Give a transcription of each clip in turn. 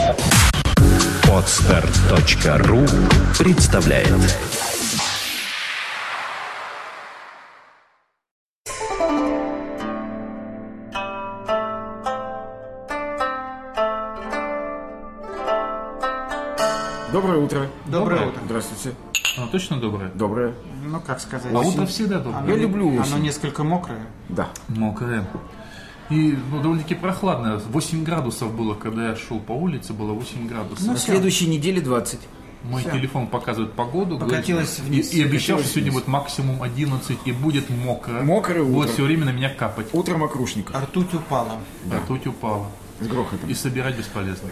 Podster.ru представляет. Доброе утро. Доброе утро. Здравствуйте. Оно точно доброе? Доброе. Ну, как сказать. А утро всегда доброе. Я люблю осень. Оно несколько мокрое. Да. Мокрое. И довольно-таки прохладно. 8 градусов было, когда я шел по улице, было 8 градусов. На следующей неделе 20. Мой телефон показывает погоду. Покатилась говорит, вниз. И обещал, что сегодня будет максимум 11 и будет мокро. Мокрое будет утро. все время на меня капать. Утром окрушников. Ртуть упала. Ртуть упала. С грохотом. И собирать бесполезно.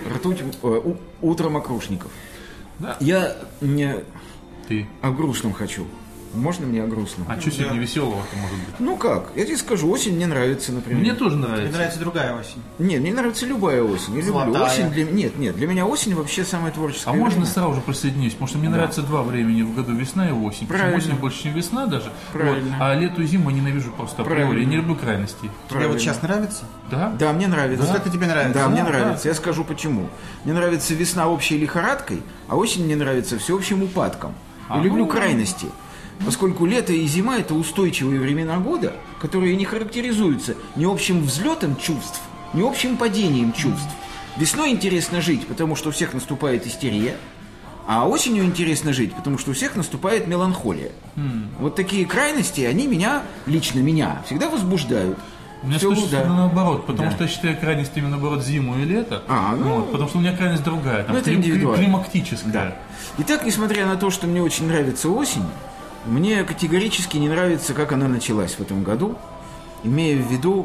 Утром окрушников. Да. Я не Ты. о грустном хочу. Можно мне о грустном? А что сегодня веселого-то может быть? Ну как? Я тебе скажу, осень мне нравится, например. Мне тоже Мне нравится. нравится другая осень. Нет, мне нравится любая осень. Я люблю Золотая. осень. Нет, для меня осень вообще самое творческое А можно время. сразу же присоединюсь, потому что мне нравится два времени в году, весна и осень. Причем Правильно. осень больше, чем весна даже. Правильно. Вот. А лето и зиму я ненавижу просто априори. Правильно. Я не люблю крайностей. Тебе Правильно. вот сейчас нравится? Да? Да, мне нравится. Вот это тебе нравится? Да, мне Ну, нравится. Я скажу почему. Мне нравится весна общей лихорадкой, а осень мне нравится всеобщим упадком. Я люблю крайности. Поскольку лето и зима – это устойчивые времена года, которые не характеризуются ни общим взлетом чувств, ни общим падением чувств. Весной интересно жить, потому что у всех наступает истерия, а осенью интересно жить, потому что у всех наступает меланхолия. Вот такие крайности, они меня, лично меня, всегда возбуждают. У меня Всё, точно да. наоборот, потому Да. что я считаю крайностями, наоборот, зиму и лето. Ну, Вот, потому что у меня крайность другая, там, ну, это индивидуально. климактическая. Да. Итак, несмотря на то, что мне очень нравится осень, мне категорически не нравится, как она началась в этом году, имея в виду,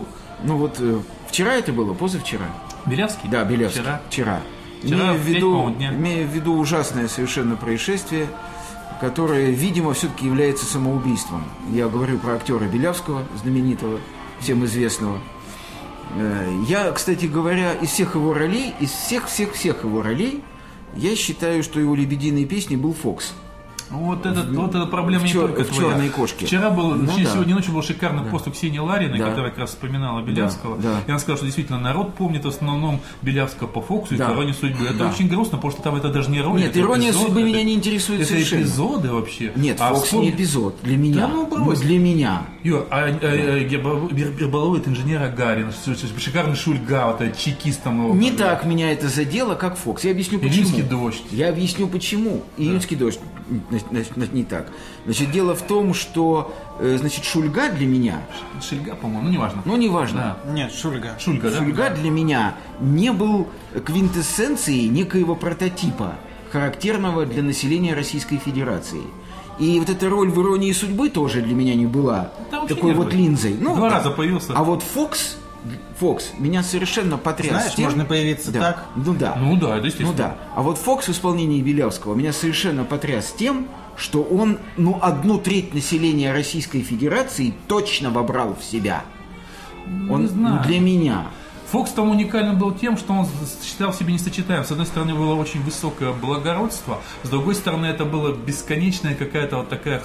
вчера это было, позавчера. Белявский? Да, Белявский. Вчера. Имея в в 5, виду, по-моему, дня. имея в виду ужасное совершенно происшествие, которое, видимо, все-таки является самоубийством. Я говорю про актера Белявского, знаменитого, всем известного. Я, кстати говоря, из всех его ролей, из всех его ролей, я считаю, что его лебединой песней был Фокс. Вот эта проблема не только в твоя. «Черной кошке». Вчера был, Ну, да. сегодня ночью был шикарный пост у Ксении Лариной, Да. которая как раз вспоминала Белявского. Да. И она сказала, что действительно народ помнит в основном Белявского по Фоксу и Да. по «Иронии судьбы». Это Да. очень грустно, потому что там это даже не роль. Нет, это «Ирония эпизод, судьбы» это- меня не интересует это совершенно. эпизоды вообще. Нет, А Фокс вспомни- не эпизод. Для меня. Да ну, брось. Для меня. Юр, Гербалов это инженер Агарин, шикарный Шульга, вот этот чекист там его. Не так меня это задело, как Фокс. Я объясню почему. Июньский дождь. Я объясню почему. Июньский дождь. Не так. Значит, дело в том, что Шульга для меня, Шульга, по-моему, ну неважно. неважно. Да. Нет, Шульга. Шульга, да? Шульга для меня не был квинтэссенцией некоего прототипа, характерного для населения Российской Федерации. И вот эта роль в «Иронии судьбы» тоже для меня не была Да, вообще такой не вот роль. линзой. Два раза появился. А вот Фокс меня совершенно потряс. Знаешь, тем- можно появиться Да. так. Ну да. Ну да, это естественно. Ну да. А вот Фокс в исполнении Белявского меня совершенно потряс тем, что он, 1/3 населения Российской Федерации точно вобрал в себя. Он не знаю. для меня. Фокс там уникален был тем, что он считал себя несочетаемым. С одной стороны, было очень высокое благородство, с другой стороны, это было бесконечная какая-то вот такая,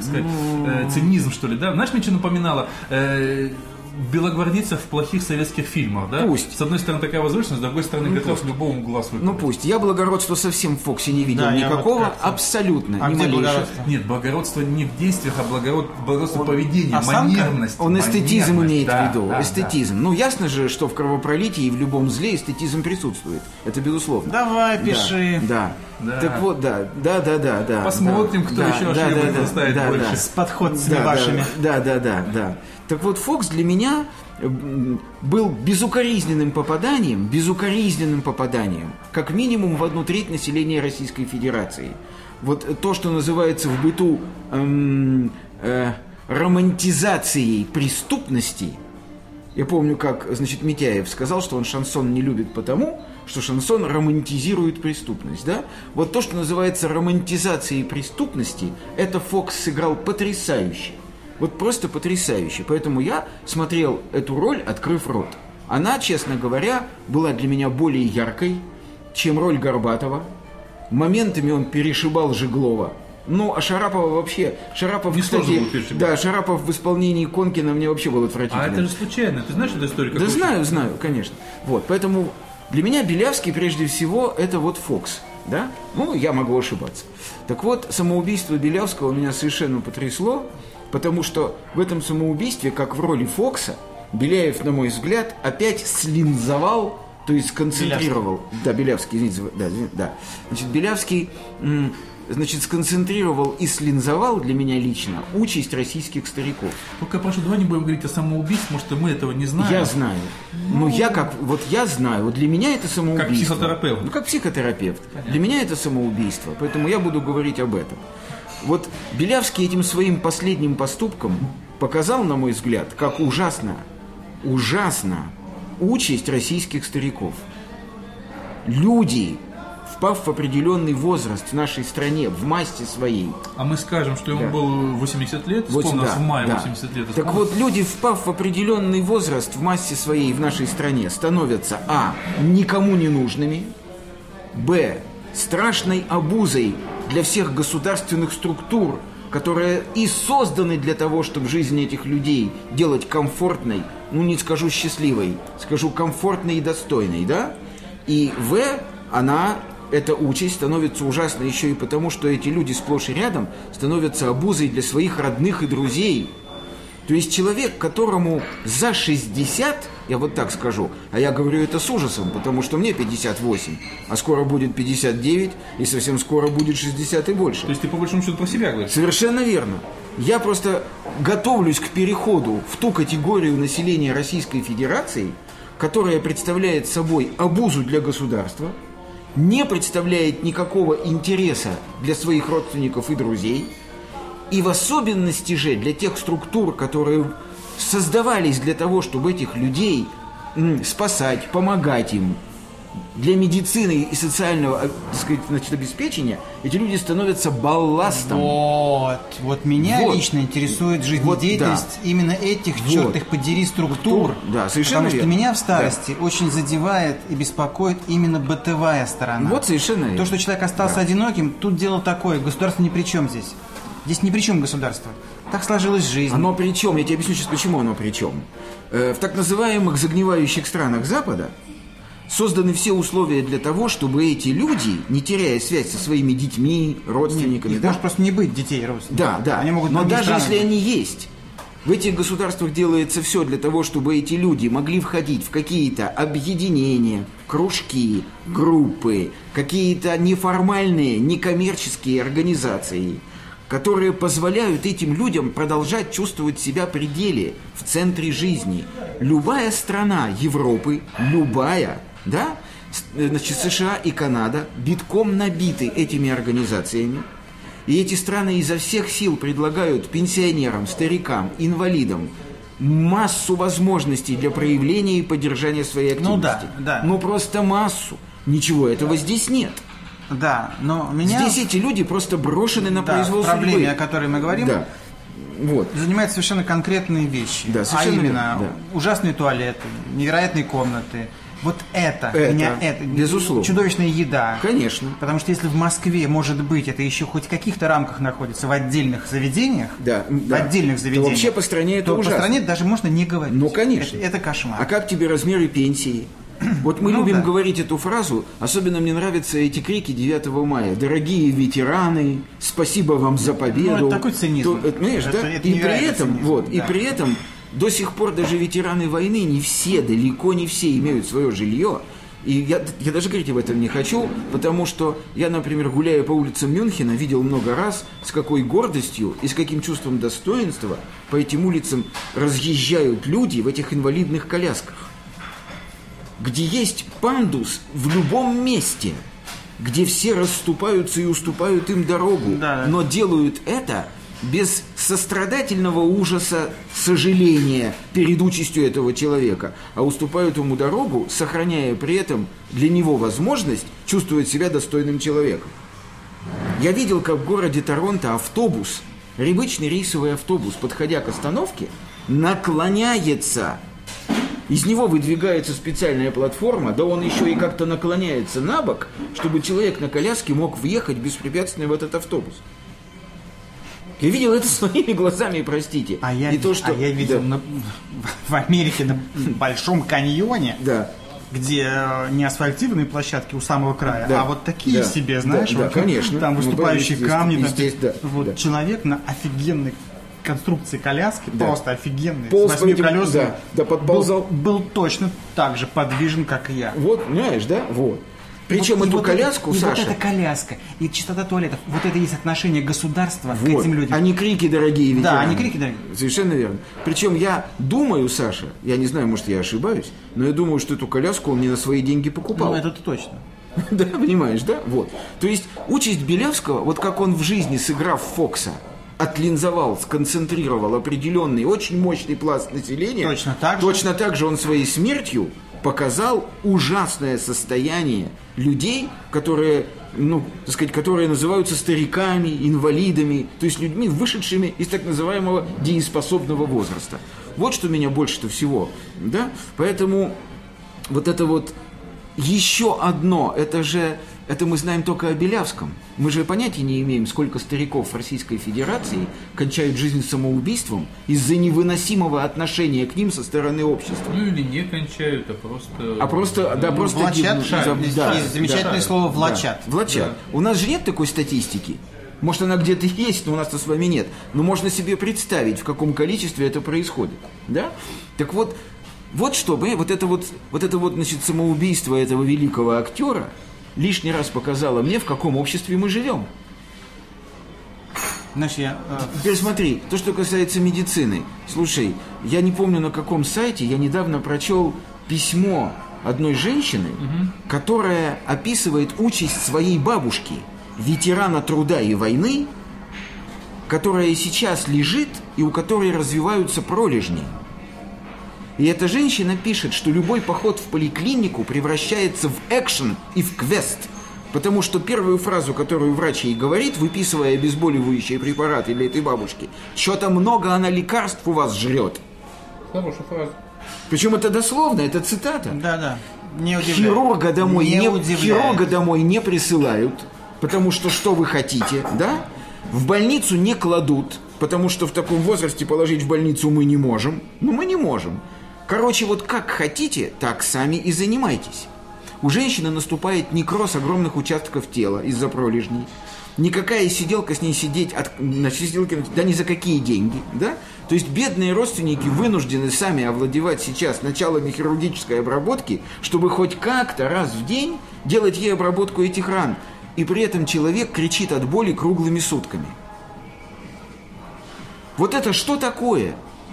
цинизм, что ли, да? Знаешь, мне что напоминало? Белогвардейцев в плохих советских фильмах, да? Пусть. С одной стороны, такая возвышенность, с другой стороны, готов любому глаз выпадать. Ну пусть. Я благородства совсем в Фоксе не видел Да, я никакого. вот как-то. Абсолютно. А ни где малейшего. благородство? Нет, благородство не в действиях, а благородство поведения, осанка? манерность. Он эстетизм манерность, имеет да, в виду. да, Эстетизм. Ну, ясно же, что в кровопролитии и в любом зле эстетизм присутствует. Это безусловно. Давай, Да, пиши. Да. Да. Так вот, да. Посмотрим, кто еще ошибок заставит больше. С подходцами вашими. Да. Так вот, Фокс для меня был безукоризненным попаданием, как минимум в 1/3 населения Российской Федерации. Вот то, что называется в быту романтизацией преступности. Я помню, как, Митяев сказал, что он шансон не любит потому, что шансон романтизирует преступность, да? Вот то, что называется романтизацией преступности, это Фокс сыграл потрясающе. Вот просто потрясающе. Поэтому я смотрел эту роль, открыв рот. Она, честно говоря, была для меня более яркой, чем роль Горбатова. Моментами он перешибал Жеглова. Ну, а Шарапова вообще... Шарапов, Не кстати, сложно было перешибать. да, Шарапов в исполнении Конкина мне вообще был отвратительный. А это же случайно. Ты знаешь эту историю? Да знаю, конечно. Вот, поэтому Для меня Белявский, прежде всего, это вот Фокс, да? Ну, я могу ошибаться. Так вот, самоубийство Белявского меня совершенно потрясло, потому что в этом самоубийстве, как в роли Фокса, Беляев, на мой взгляд, опять слинзовал, то есть сконцентрировал... Белявский, извините, да. Значит, Белявский... Значит, сконцентрировал и слинзовал для меня лично участь российских стариков. Только прошу, давай не будем говорить о самоубийстве, может, мы этого не знаем. Я знаю. Я знаю. Вот для меня это самоубийство. Как психотерапевт. Ну, как психотерапевт. Понятно. Для меня это самоубийство. Поэтому я буду говорить об этом. Вот Белявский этим своим последним поступком показал, на мой взгляд, как ужасна участь российских стариков. Люди, впав в определенный возраст в нашей стране, в массе своей. А мы скажем, что ему было 80 лет, вспомнилось в мае 80 лет. Так вот, люди, впав в определенный возраст в массе своей в нашей стране, становятся никому не нужными, страшной обузой для всех государственных структур, которые и созданы для того, чтобы жизнь этих людей делать комфортной, не скажу счастливой, скажу комфортной и достойной, да? И эта участь становится ужасной еще и потому, что эти люди сплошь и рядом становятся обузой для своих родных и друзей. То есть человек, которому за 60, я вот так скажу, а я говорю это с ужасом, потому что мне 58, а скоро будет 59, и совсем скоро будет 60 и больше. То есть ты по большому счету про себя говоришь? Совершенно верно. Я просто готовлюсь к переходу в ту категорию населения Российской Федерации, которая представляет собой обузу для государства, не представляет никакого интереса для своих родственников и друзей, и в особенности же для тех структур, которые создавались для того, чтобы этих людей спасать, помогать им, для медицины и социального, так сказать, обеспечения, эти люди становятся балластом. Вот меня лично интересует жизнедеятельность именно этих, черт их подери, структур. Да, совершенно потому верно. что меня в старости очень задевает и беспокоит именно бытовая сторона. Вот совершенно верно. То, что человек остался одиноким, тут дело такое. Государство ни при чем здесь. Здесь ни при чем государство. Так сложилась жизнь. Оно при чем? Я тебе объясню сейчас, почему оно при чем. В так называемых загнивающих странах Запада созданы все условия для того, чтобы эти люди, не теряя связь со своими детьми, родственниками... Их может просто не быть детей, родственников. Да. Они могут но даже страны если они есть, в этих государствах делается все для того, чтобы эти люди могли входить в какие-то объединения, кружки, группы, какие-то неформальные, некоммерческие организации, которые позволяют этим людям продолжать чувствовать себя при деле, в центре жизни. Любая страна Европы, да, значит, США и Канада битком набиты этими организациями, и эти страны изо всех сил предлагают пенсионерам, старикам, инвалидам массу возможностей для проявления и поддержания своей активности. Просто массу. Ничего этого здесь нет. Да, но меня... Здесь эти люди просто брошены на произвол судьбы. Проблеме, о которой мы говорим, занимают совершенно конкретные вещи. Да, именно ужасные туалеты, невероятные комнаты. Вот это безусловно. Чудовищная еда. Конечно. Потому что если в Москве, может быть, это еще хоть в каких-то рамках находится в отдельных заведениях, в отдельных заведениях, то вообще по стране это ужасно. По стране даже можно не говорить. Ну, конечно. Это кошмар. А как тебе размеры пенсии? Вот мы любим говорить эту фразу, особенно мне нравятся эти крики 9 мая. Дорогие ветераны, спасибо вам за победу. Это такой цинизм. И при этом до сих пор даже ветераны войны не все, далеко не все имеют свое жилье. И я даже говорить об этом не хочу, потому что я, например, гуляя по улицам Мюнхена, видел много раз, с какой гордостью и с каким чувством достоинства по этим улицам разъезжают люди в этих инвалидных колясках, где есть пандус в любом месте, где все расступаются и уступают им дорогу, но делают это без сострадательного ужаса, сожаления перед участью этого человека, а уступают ему дорогу, сохраняя при этом для него возможность чувствовать себя достойным человеком. Я видел, как в городе Торонто автобус, обычный рейсовый автобус, подходя к остановке, наклоняется. Из него выдвигается специальная платформа, да он еще и как-то наклоняется на бок, чтобы человек на коляске мог въехать беспрепятственно в этот автобус. Я видел это своими глазами, простите. Я видел в Америке на Большом каньоне. где не асфальтированные площадки у самого края, Да. а вот такие Да. себе, знаешь, Да, вот, конечно. там выступающие камни. Там, естественно, да, вот да. человек на офигенной конструкции коляски, Да. просто офигенный, Полз с по этим- 8 колесами, да, подползал. был точно так же подвижен, как и я. Вот, понимаешь, да? Вот. Причем Вот- и эту вот коляску, это, Саша... И вот эта коляска, и чистота туалетов, вот это есть отношение государства к Вот, этим людям. а не крики, дорогие ветераны. Да, а не крики, дорогие. Совершенно верно. Причем я думаю, Саша, я не знаю, может, я ошибаюсь, но я думаю, что эту коляску он не на свои деньги покупал. Ну, это точно. Да, понимаешь, да? Вот. То есть участь Белявского, вот как он в жизни, сыграв Фокса, отлинзовал, сконцентрировал определенный, очень мощный пласт населения. Точно так же он своей смертью показал ужасное состояние людей, которые, ну, так сказать, которые называются стариками, инвалидами, то есть людьми, вышедшими из так называемого дееспособного возраста. Вот что меня больше-то всего, да? Поэтому вот это вот еще одно, это мы знаем только о Белявском. Мы же понятия не имеем, сколько стариков в Российской Федерации кончают жизнь самоубийством из-за невыносимого отношения к ним со стороны общества. Ну или не кончают, а просто... просто влачат, гибнут. есть замечательное слово «влачат». Да, влачат. У нас же нет такой статистики. Может, она где-то есть, но у нас-то с вами нет. Но можно себе представить, в каком количестве это происходит. Да? Так вот, вот что, вот это вот, значит, самоубийство этого великого актера лишний раз показало мне, в каком обществе мы живем. Знаешь, Теперь смотри, то, что касается медицины. Слушай, я не помню, на каком сайте, я недавно прочел письмо одной женщины, которая описывает участь своей бабушки, ветерана труда и войны, которая сейчас лежит и у которой развиваются пролежни. И эта женщина пишет, что любой поход в поликлинику превращается в экшен и в квест. Потому что первую фразу, которую врач ей говорит, выписывая обезболивающие препараты для этой бабушки, что-то много она лекарств у вас жрет. Хорошая фраза. Причем это дословно, это цитата. да, не удивляет. Хирурга удивляет. хирурга домой не присылают, потому что вы хотите, да? В больницу не кладут, потому что в таком возрасте положить в больницу мы не можем. Ну, мы не можем. Короче, вот как хотите, так сами и занимайтесь. У женщины наступает некроз огромных участков тела из-за пролежней. Никакая сиделка с ней сидеть, на сиделке, да ни за какие деньги, да? То есть бедные родственники вынуждены сами овладевать сейчас началами хирургической обработки, чтобы хоть как-то раз в день делать ей обработку этих ран. И при этом человек кричит от боли круглыми сутками. Вот это что такое?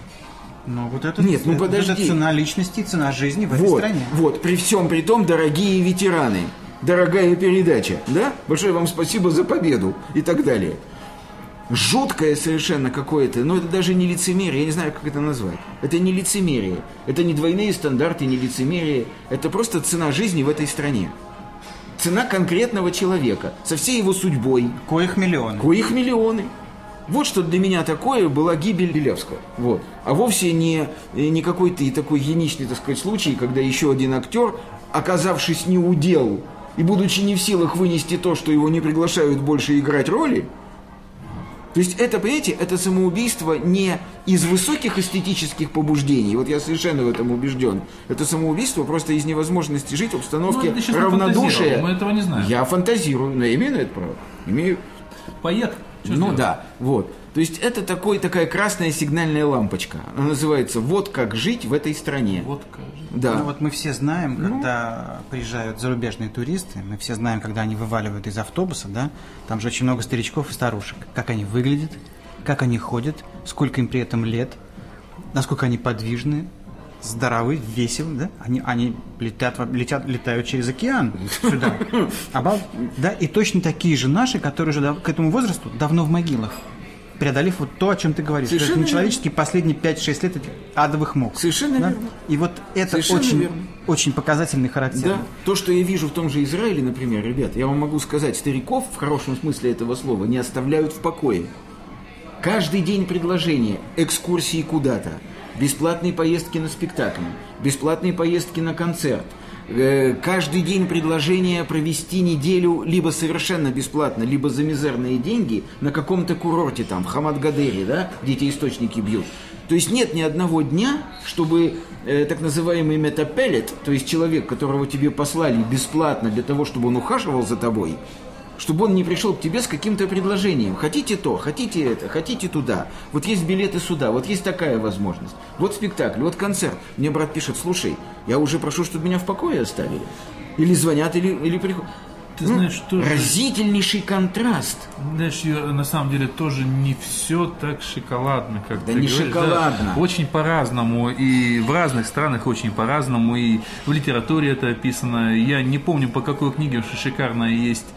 Ну, вот это, Нет, ну подожди. Это цена личности, цена жизни в этой стране. Вот, при всем при том, дорогие ветераны, дорогая передача, да? Большое вам спасибо за победу и так далее. Жуткое совершенно какое-то, но это даже не лицемерие, я не знаю, как это назвать. Это не лицемерие, это не двойные стандарты, не лицемерие, это просто цена жизни в этой стране. Цена конкретного человека, со всей его судьбой. Коих миллионы. Коих миллионы. Вот что для меня такое была гибель Белявского. Вот. А вовсе не какой-то и такой единичный, так сказать, случай, когда еще один актер, оказавшись не у дел и будучи не в силах вынести то, что его не приглашают больше играть роли, то есть это, понимаете, это самоубийство не из высоких эстетических побуждений, вот я совершенно в этом убежден, это самоубийство просто из невозможности жить в обстановке равнодушия. Мы этого не знаем. Я фантазирую, но я имею на это право. Имею. Поэт. Ну да, вот. То есть это такая красная сигнальная лампочка. Она называется «Вот как жить в этой стране». Вот как жить. Да. Ну, вот мы все знаем, когда приезжают зарубежные туристы, мы все знаем, когда они вываливают из автобуса, да, там же очень много старичков и старушек. Как они выглядят, как они ходят, сколько им при этом лет, насколько они подвижны, здоровы, веселы, да? Они летают через океан сюда. Да, и точно такие же наши, которые уже к этому возрасту давно в могилах, преодолев вот то, о чем ты говоришь. То есть нечеловеческие последние 5-6 лет этих адовых мук. Совершенно да? верно. И вот это очень показательный характер. Да. То, что я вижу в том же Израиле, например, ребят, я вам могу сказать, стариков, в хорошем смысле этого слова, не оставляют в покое. Каждый день предложения, экскурсии куда-то, бесплатные поездки на спектакль, бесплатные поездки на концерт. Каждый день предложение провести неделю либо совершенно бесплатно, либо за мизерные деньги на каком-то курорте там, в Хамат-Гадере, да, где эти источники бьют. То есть нет ни одного дня, чтобы так называемый метапеллет, то есть человек, которого тебе послали бесплатно для того, чтобы он ухаживал за тобой, чтобы он не пришел к тебе с каким-то предложением. Хотите то, хотите это, хотите туда. Вот есть билеты сюда, вот есть такая возможность. Вот спектакль, вот концерт. Мне брат пишет: слушай, я уже прошу, чтобы меня в покое оставили. Или звонят, или приходят. Ты знаешь, тоже... Разительнейший контраст. Знаешь, на самом деле тоже не все так шоколадно, как да ты не говоришь. шоколадно. Да, очень по-разному, и в разных странах очень по-разному, и в литературе это описано. Я не помню, по какой книге, что шикарная есть.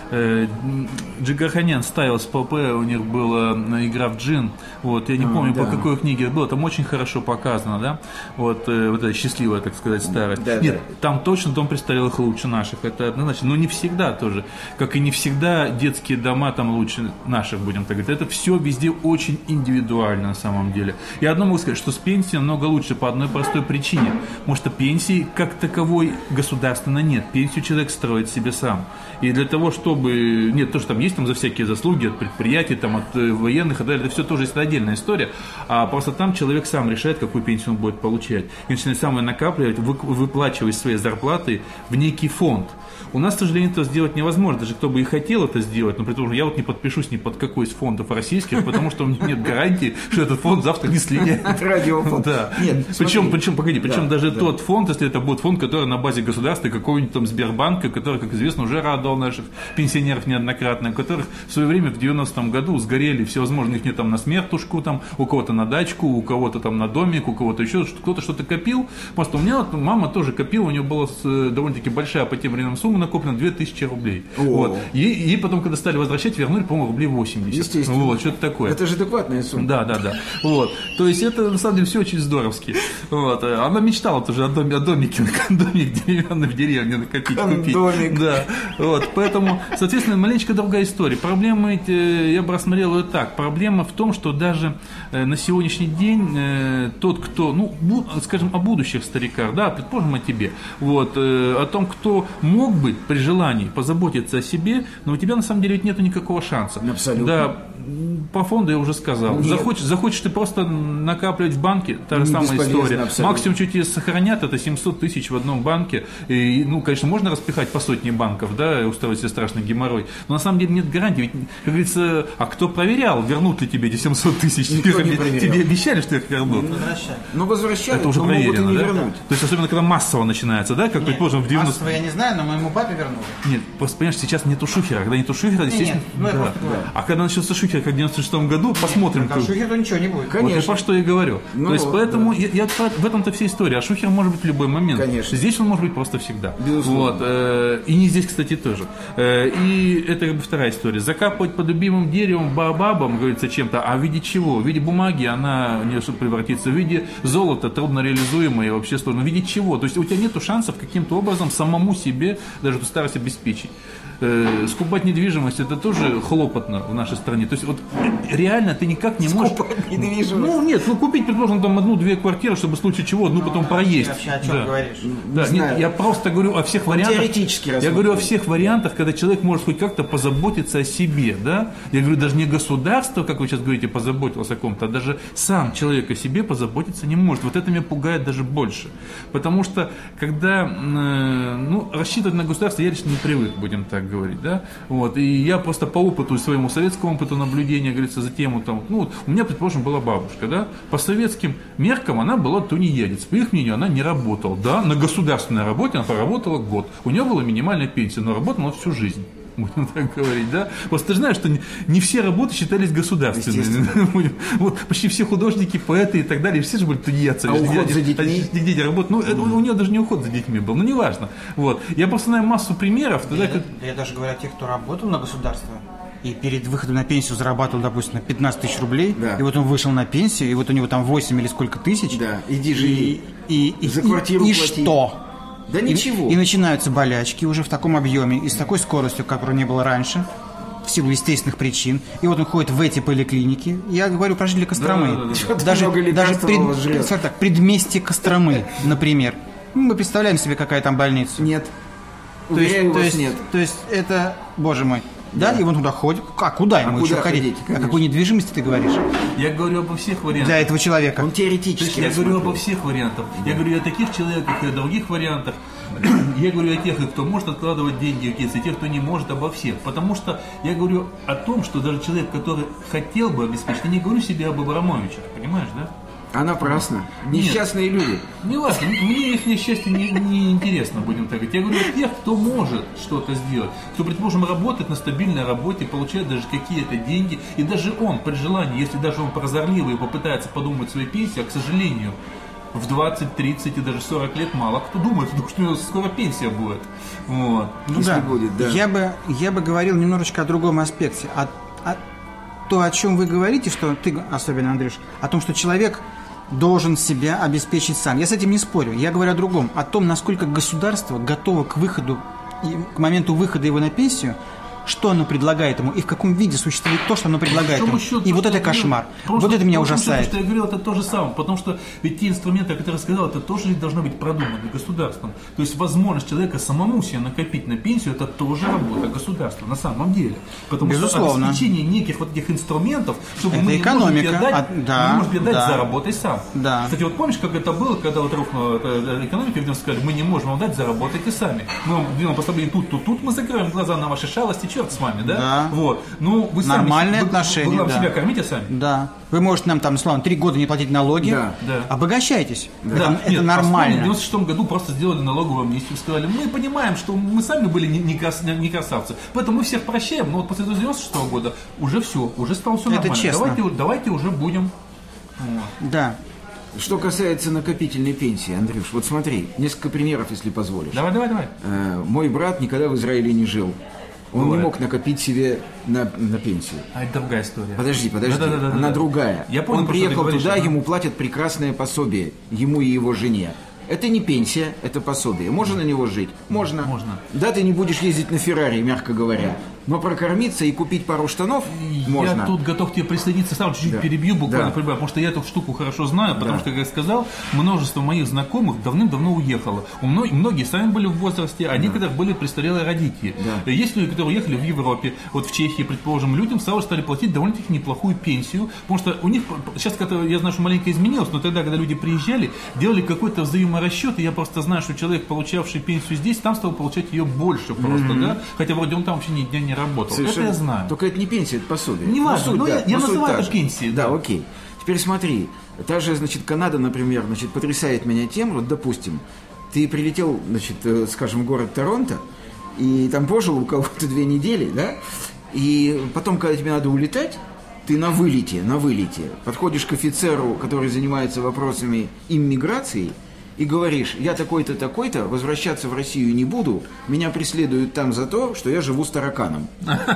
Джигарханян ставил с ПП, у них была игра в джин. Вот, я не помню, по какой книге это было. Там очень хорошо показано, да? Вот эта счастливая, так сказать, старость. Да, нет, да. там точно дом представил их лучше наших. Это однозначно. Но не всегда тоже. Как и не всегда детские дома там лучше наших, будем так говорить. Это все везде очень индивидуально на самом деле. Я одно могу сказать, что с пенсией намного лучше по одной простой причине. Потому что пенсии как таковой государственно нет. Пенсию человек строит себе сам. И для того, чтобы... Нет, то, что там есть там за всякие заслуги от предприятий, там, от военных и так далее, это все тоже есть отдельная история. А просто там человек сам решает, какую пенсию он будет получать. И начинает сам ее накапливать, выплачивать свои зарплаты в некий фонд. У нас, к сожалению, это сделать невозможно. Даже кто бы и хотел это сделать, но при том, что я вот не подпишусь ни под какой из фондов российских, потому что у меня нет гарантии, что этот фонд завтра не слиняет. Радиофонд. Да. Причем даже тот фонд, если это будет фонд, который на базе государства, какого-нибудь там Сбербанка, который, как известно, уже радовал наших пенсионеров неоднократно, у которых в свое время в 90-м году сгорели всевозможные, их нет там на смертушку, там, у кого-то на дачку, у кого-то там на домик, у кого-то еще, кто-то что-то копил. Просто у меня вот мама тоже копила, у нее была довольно-таки большая по тем временам сумма накоплена, 2000 рублей. Вот. И потом, когда стали возвращать, вернули, по-моему, рублей 80. Естественно. Вот, что-то такое. Это же адекватная сумма. Да. Вот. То есть это, на самом деле, все очень здоровски. Вот. Она мечтала тоже о домике деревянный в деревне накопить, купить. Домик. Да. Вот. Поэтому, соответственно, маленечко другая история. Проблема, я бы рассмотрел ее так. Проблема в том, что даже на сегодняшний день тот, кто, скажем, о будущих стариках, да, предположим, о тебе, вот, о том, кто мог бы при желании позаботиться о себе, но у тебя на самом деле ведь нету никакого шанса. Абсолютно. Да, по фонду я уже сказал. Захочешь ты просто накапливать в банке, та же самая история. Абсолютно. Максимум, что тебе сохранят, это 700 тысяч в одном банке. И, конечно, можно распихать по сотне банков, да, и устроить себе страшный геморрой. Но на самом деле нет гарантии. Ведь, как говорится, а кто проверял, вернут ли тебе эти 700 тысяч? Тебе обещали, что их вернут? Возвращают. Это уже проверено, да? Вернуть. То есть, особенно, когда массово начинается, да, как предположим, в 90... Массово я не знаю, но моему папе вернули. Нет, просто, понимаешь, сейчас нету шухера. Когда нету шухера, естественно... А когда начался шухер, как в 96-м году, посмотрим. А шухер, то ничего не будет. Конечно. Вот про что я говорю. То есть, поэтому в этом-то вся история. А шухер может быть в любой момент. Конечно. Здесь он может быть просто всегда. Безусловно. Вот. И не здесь, кстати, тоже. И это как бы вторая история. Закапывать под любимым деревом баобабом, говорится, чем-то, а в виде чего? В виде бумаги она не может превратиться, в виде золота, трудно реализуемое и вообще сложно. В виде чего? То есть у тебя нет шансов каким-то образом самому себе даже эту старость обеспечить. Скупать недвижимость, это тоже хлопотно в нашей стране. То есть вот реально ты никак не можешь... Скупать недвижимость. Купить, предположим, там 1-2 квартиры, чтобы в случае чего, одну потом проесть. Ты вообще о чем говоришь? Да, нет, я просто говорю о всех вариантах. Теоретически я говорю о всех вариантах, когда человек может хоть как-то позаботиться о себе, да? Я говорю, даже не государство, как вы сейчас говорите, позаботилось о ком-то, а даже сам человек о себе позаботиться не может. Вот это меня пугает даже больше. Потому что, когда рассчитывать на государство, я лично не привык, будем так говорить, да? Вот. И я просто по опыту, своему советскому опыту наблюдения, говорится, за тему, там, у меня, предположим, была бабушка, да? По советским меркам она была тунеядец. По их мнению, она не работала. Да, на государственной работе она проработала год. У нее была минимальная пенсия, но работала всю жизнь. Будем так говорить, да? Просто ты знаешь, что не все работы считались государственными. Вот почти все художники, поэты и так далее, все же были тунеядцы. А уход за детьми? Нигде не работают. У нее даже не уход за детьми был, но неважно. Вот. Я просто знаю массу примеров. Я даже говорю о тех, кто работал на государство. И перед выходом на пенсию зарабатывал, допустим, на 15 тысяч рублей. Да. И вот он вышел на пенсию, и вот у него там 8 или сколько тысяч. Да, иди живи. И за квартиру и плати. Что? Да ничего. И начинаются болячки уже в таком объеме и с такой скоростью, которой не было раньше, в силу естественных причин. И вот он ходит в эти поликлиники. Я говорю про жителей Костромы. Даже предместье Костромы, например. Мы представляем себе, какая там больница. Нет. Уверяю вас, нет. То есть это, боже мой. Да, и он туда ходит. А куда ему еще ходить? О какой недвижимости ты говоришь? Я говорю обо всех вариантах. Для этого человека. Он теоретически. Я говорю обо всех вариантах. Я говорю о таких человеках и о других вариантах. Я говорю о тех, кто может откладывать деньги в кейсы, и тех, кто не может, обо всех. Потому что я говорю о том, что даже человек, который хотел бы обеспечить, я не говорю себе об Абрамовичах, понимаешь, да? А напрасно. Несчастные люди. Не важно, мне их несчастье не интересно, будем так говорить. Я говорю о тех, кто может что-то сделать, кто, предположим, работает на стабильной работе, получает даже какие-то деньги, и даже он, при желании, если даже он прозорливый и попытается подумать о своей пенсии, а, к сожалению, в 20, 30 и даже 40 лет мало кто думает, потому что у него скоро пенсия будет. Вот. Если будет, да. Я бы говорил немножечко о другом аспекте. То, о чем вы говорите, что ты, особенно, Андрюш, о том, что человек должен себя обеспечить сам. Я с этим не спорю. Я говорю о другом. О том, насколько государство готово к выходу, к моменту выхода его на пенсию, что оно предлагает ему и в каком виде существует то, что оно предлагает ему. И вот это кошмар. Вот это меня ужасает. Что я говорил, это то же самое. Потому что ведь те инструменты, о которых я сказал, это тоже должно быть продумано государством. То есть возможность человека самому себе накопить на пенсию, это тоже работа государства на самом деле. Потому безусловно. Что обеспечение неких вот этих инструментов, чтобы это мы экономика. не можем отдать заработай сам. Да. Кстати, вот помнишь, как это было, когда вот рухнула экономика, где сказали, мы не можем вам дать, заработайте сами. Мы вам даем послабление тут, мы закроем глаза на ваши шалости, черт с вами, да? Да. Вот. Ну, вы сами, нормальные отношения. Вы себя кормите сами. Да. Вы можете нам там, условно, 3 года не платить налоги. Да. Обогащайтесь. Да. Это нормально. В 96 году просто сделали налоговую амнистию, сказали, мы понимаем, что мы сами были не красавцы, поэтому мы всех прощаем, но вот после 96 года уже все, уже стало все нормально. Это честно. Давайте уже будем. Вот. Да. Что касается накопительной пенсии, Андрюш, вот смотри, несколько примеров, если позволишь. Давай. Мой брат никогда в Израиле не жил. Он не мог накопить себе на пенсию. А это другая история. Подожди, Да. она другая. Я понял, он приехал говоришь, туда, ему платят прекрасное пособие, ему и его жене. Это не пенсия, это пособие. Можно на него жить? Можно. Да, ты не будешь ездить на Феррари, мягко говоря. Но прокормиться и купить пару штанов можно. Я тут готов к тебе присоединиться, сам чуть-чуть перебью буквально, потому что я эту штуку хорошо знаю, потому что, как я сказал, множество моих знакомых давным-давно уехало. Многие сами были в возрасте, а некоторых были престарелые родители. Есть люди, которые уехали в Европе, вот в Чехии, предположим, людям сразу стали платить довольно-таки неплохую пенсию, потому что у них, сейчас я знаю, что маленько изменилось, но тогда, когда люди приезжали, делали какой-то взаиморасчет, и я просто знаю, что человек, получавший пенсию здесь, там стал получать ее больше просто, да, хотя вроде он там вообще ни дня не работал. Совершенно. Это я знаю. Только это не пенсия, это пособие. Не важно, но я называю это пенсией. Да, окей. Теперь смотри, та же, значит, Канада, например, значит, потрясает меня тем, вот, допустим, ты прилетел, значит, скажем, в город Торонто, и там пожил у кого-то 2 недели, да, и потом, когда тебе надо улетать, ты на вылете, подходишь к офицеру, который занимается вопросами иммиграции, и говоришь, я такой-то, такой-то, возвращаться в Россию не буду, меня преследуют там за то, что я живу с тараканом.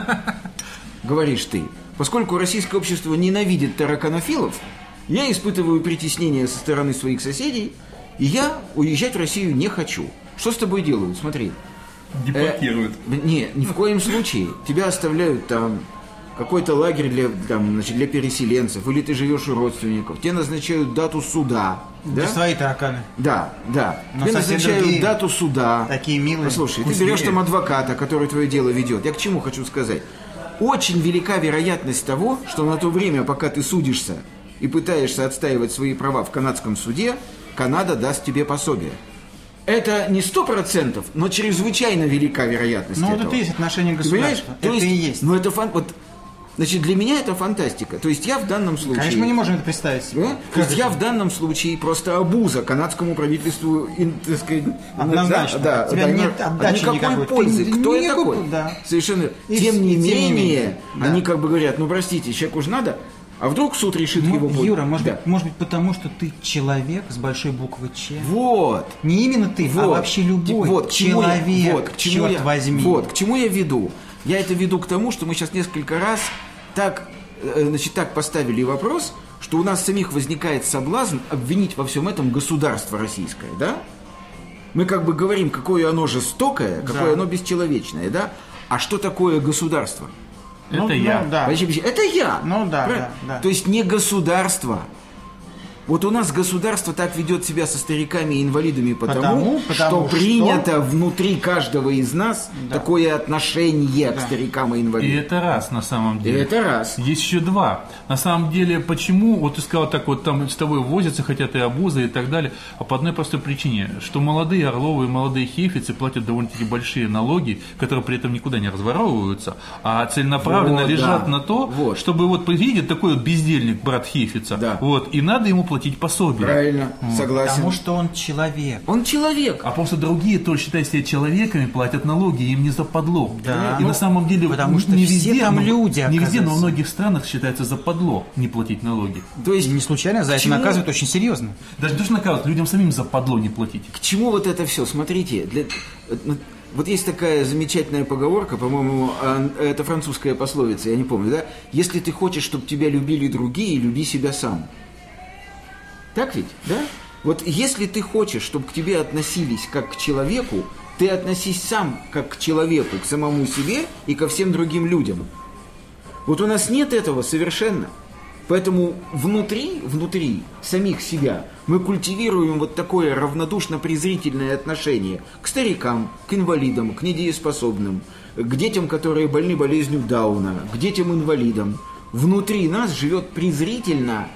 Говоришь ты. Поскольку российское общество ненавидит тараканофилов, я испытываю притеснение со стороны своих соседей, и я уезжать в Россию не хочу. Что с тобой делают? Смотри. Депортируют. Не, ни в коем случае. Тебя оставляют там какой-то лагерь для переселенцев, или ты живешь у родственников, тебе назначают дату суда. Да? Свои тараканы. Да. Но тебе назначают другие, дату суда. Такие милые. Послушай, ты берешь там адвоката, который твое дело ведет. Я к чему хочу сказать? Очень велика вероятность того, что на то время, пока ты судишься и пытаешься отстаивать свои права в канадском суде, Канада даст тебе пособие. Это не 100%, но чрезвычайно велика вероятность этого. Ну, вот это и есть отношение государства. Это и есть. Ну, это значит, для меня это фантастика. То есть я в данном случае... Конечно, мы не можем это представить себе. То есть я в данном случае просто обуза канадскому правительству, так сказать... Однозначно. Да, у тебя нет отдачи никакой пользы. Кто я такой? Да. Совершенно. Тем не менее, они как бы говорят, ну, простите, человеку же надо... А вдруг суд решит его... Юра, может быть, потому что ты человек с большой буквы Ч. Вот. Не именно ты, а вообще любой человек, черт возьми. Вот, к чему я веду? Я это веду к тому, что мы сейчас несколько раз так поставили вопрос, что у нас самих возникает соблазн обвинить во всем этом государство российское, да? Мы как бы говорим, какое оно жестокое, какое оно бесчеловечное, да? А что такое государство? Это я. Да. Это я. Ну да. То есть не государство, Вот у нас государство так ведет себя со стариками и инвалидами Потому что принято внутри каждого из нас такое отношение к старикам и инвалидам. И это раз, на самом деле. И это раз. Есть еще два. На самом деле, почему, вот ты сказал так, вот там с тобой возятся, хотят и обузы и так далее, а по одной простой причине, что молодые Орловы и молодые Хейфицы платят довольно-таки большие налоги, которые при этом никуда не разворовываются, а целенаправленно лежат на то, чтобы вот видит такой вот бездельник, брат Хейфица, вот, и надо ему платить пособие. Правильно, согласен. Потому что он человек. Он человек. А просто другие, тоже считая себя человеками, платят налоги, им не западло. Да. И на самом деле потому что не все везде, там люди, не везде, но во оказывается. многих странах считается западло не платить налоги. То есть Не случайно за это чему? наказывают очень серьезно. Даже не то, что наказывают, людям самим западло не платить. К чему вот это все? Смотрите, вот есть такая замечательная поговорка, по-моему, это французская пословица, я не помню, да? Если ты хочешь, чтобы тебя любили другие, люби себя сам. Так ведь, да? Вот если ты хочешь, чтобы к тебе относились как к человеку, ты относись сам как к человеку, к самому себе и ко всем другим людям. Вот у нас нет этого совершенно. Поэтому внутри самих себя мы культивируем вот такое равнодушно-презрительное отношение к старикам, к инвалидам, к недееспособным, к детям, которые больны болезнью Дауна, к детям-инвалидам. Внутри нас живет презрительно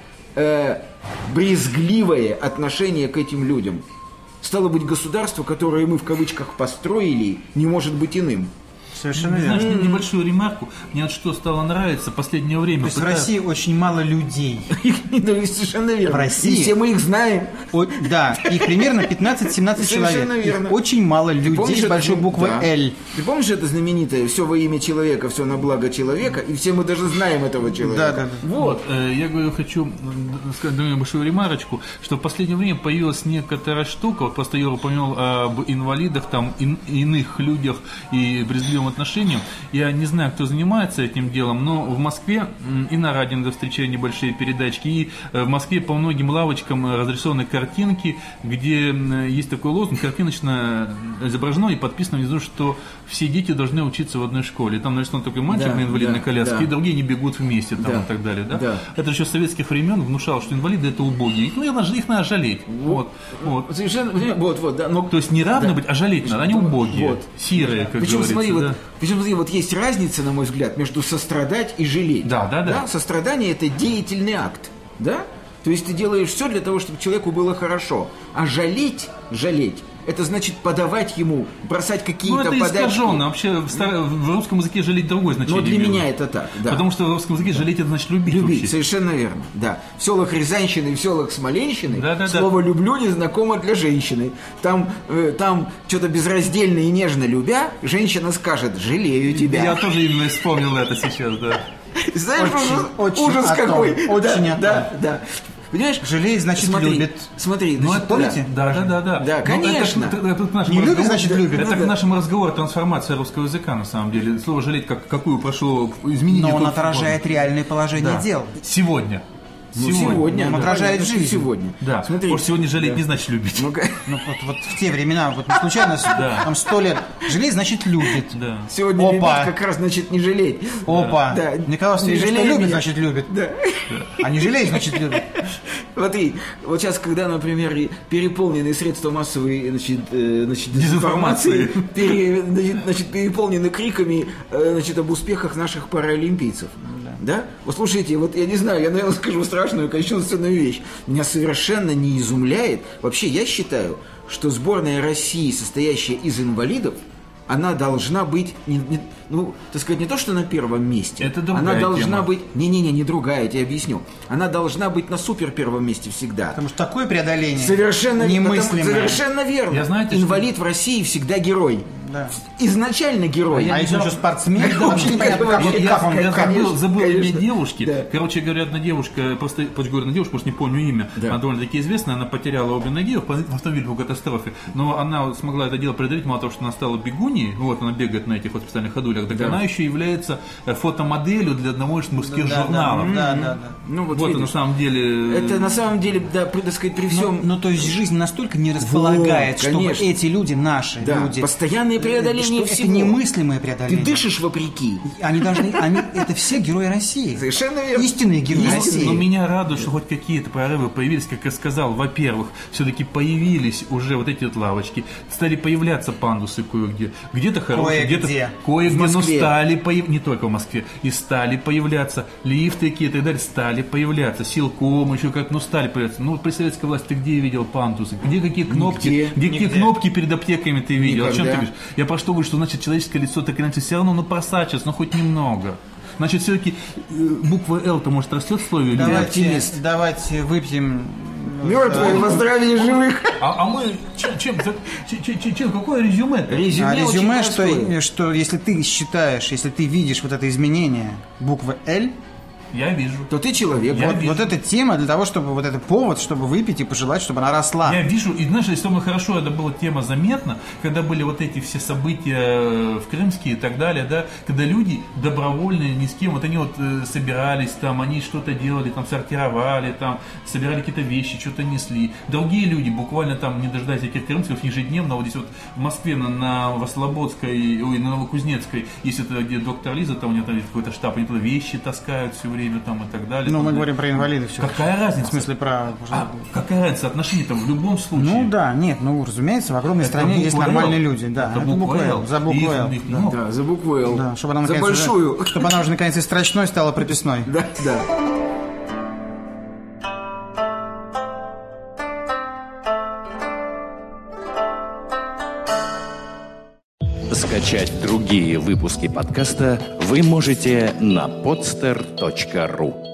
брезгливое отношение к этим людям. Стало быть, государство, которое мы в кавычках построили, не может быть иным. Совершенно Знаешь, верно. небольшую ремарку. Мне вот что стало нравиться в последнее время. То есть в России очень мало людей. Совершенно верно. В России? И все мы их знаем. Да, их примерно 15-17 Совершенно человек. верно. Их очень мало людей с большой буквы «Л». Ты помнишь это знаменитое «все во имя человека, все на благо человека», и все мы даже знаем этого человека. Да. Вот, я говорю, хочу сказать небольшую ремарочку, что в последнее время появилась некоторая штука, вот просто я упомянул об инвалидах, там, иных людях и брезгливом отношении. Я не знаю, кто занимается этим делом, но в Москве и на радио иногда встречаю небольшие передачки, и в Москве по многим лавочкам разрисованы картинки, где есть такой лозунг, картиночно изображено и подписано внизу, что все дети должны учиться в одной школе. Там нарисован такой мальчик на инвалидной коляске, и другие не бегут вместе там, и так далее. Да? Это еще с советских времен внушало, что инвалиды это убогие. Их надо жалеть. Вот. Совершенно, да. Но... То есть не равно быть, а жалеть надо. Они убогие, сирые, как причем, говорится. смотри, да? Причем, смотри, вот есть разница, на мой взгляд, между сострадать и жалеть. Да. Сострадание – это деятельный акт, да? То есть ты делаешь все для того, чтобы человеку было хорошо. А жалеть – это значит подавать ему, бросать какие-то подачки. Ну, это искаженно. Вообще в русском языке жалеть другое значение. Но для меня это так, да. Потому что в русском языке жалеть это значит любить. Любить, совершенно верно, да. В селах Рязанщины и в селах Смоленщины слово «люблю» не знакомо для женщины. Там что-то безраздельно и нежно любя, женщина скажет «жалею тебя». Я тоже именно вспомнил это сейчас, да. Знаешь, ужас какой. Очень да. Понимаешь? Жалеет, значит, любит. Смотри, помните? Да, конечно. Не любит, значит, любит. Это к нашему разговору трансформация русского языка, на самом деле. Слово «жалеть», какую прошло изменение. Но он отражает реальное положение дел. Сегодня. Сегодня. Он отражает жизнь. Сегодня. Да. Смотри. Может, сегодня жалеть не значит любить. Ну, вот в те времена, вот не случайно, там 100 лет. Жалеть значит любит. Да. Сегодня любить как раз значит не жалеть. Опа. Да. Николай Васильевич, что любит, значит любит. Да. А не жалеет, значит любит. Смотри, вот сейчас, когда, например, переполнены средства массовой дезинформации, переполнены криками об успехах наших паралимпийцев. Да? Вот слушайте, вот я не знаю, я, наверное, скажу страшную, кощунственную вещь. Меня совершенно не изумляет. Вообще, я считаю, что сборная России, состоящая из инвалидов, она должна быть, так сказать, не то, что на первом месте. Это другая она должна тема. быть... Не другая, я тебе объясню. Она должна быть на супер первом месте всегда. Потому что такое преодоление совершенно немыслимое. Совершенно верно. Я, знаете, инвалид в России всегда герой. Да. Изначально герой. А если он еще спортсмен, вообще непонятно, Я забыл имя конечно. девушки. Да. Короче говоря, одна девушка, просто говорю на девушку, потому что не помню имя, она довольно-таки известная, она потеряла обе ноги в автомобильной катастрофе, но она смогла это дело преодолеть, мало того, что она стала бегуней, вот она бегает на этих вот специальных ходулях, так она еще является фотомоделью для одного из мужских журналов. Да. Ну, вот на самом деле... Это на самом деле, да, так сказать, при всем... Ну, то есть жизнь настолько не располагает, чтобы конечно. эти люди, наши люди, постоянные преодоление что всего. это немыслимое Ты преодоление. дышишь вопреки. Это все герои России. Совершенно верно. Истинные герои России. Но меня радует, что хоть какие-то прорывы появились, как я сказал. Во-первых, все-таки появились уже вот эти вот лавочки, стали появляться пандусы кое-где. Где-то хорошие, где-то кое-где, но стали появляться, не только в Москве, и стали появляться лифты какие-то и так далее, стали появляться. Силком еще как, стали появляться. Ну, при советской власти ты где видел пандусы? Где какие кнопки? Где какие кнопки перед аптеками ты видел? О чем ты говоришь? Я про что говорю, что значит человеческое лицо так иначе все равно, просачивается, хоть немного. Значит, все-таки буква «Л»-то, может, растет в слове? Давайте выпьем... Мертвые во здравии живых. А мы чем? Какое резюме? Резюме, что если ты считаешь, если ты видишь вот это изменение буквы «Л», я вижу. То ты человек. Вот эта тема для того, чтобы вот это повод, чтобы выпить и пожелать, чтобы она росла. Я вижу, и знаешь, если бы хорошо это была тема заметна, когда были вот эти все события в Крымске и так далее, да, когда люди добровольные, ни с кем, вот они вот собирались там, они что-то делали, там сортировали, там собирали какие-то вещи, что-то несли. Другие люди буквально там, не дожидаясь этих крымских, ежедневно, вот здесь вот в Москве на Вослободской, на Новокузнецкой, если это где доктор Лиза, там у нее там есть какой-то штаб, они туда вещи таскают все время там и так далее. Ну, мы говорим про инвалидов все. Какая разница? В смысле про... какая разница? Отношения-то в любом случае. Ну да, нет, разумеется, в огромной стране есть нормальные люди. Да, это буква Л. За букву Л. Да, за букву Л. Да, чтобы она, за большую. Чтобы она уже наконец из строчной стала прописной. Да. Скачать другие выпуски подкаста вы можете на podster.ru.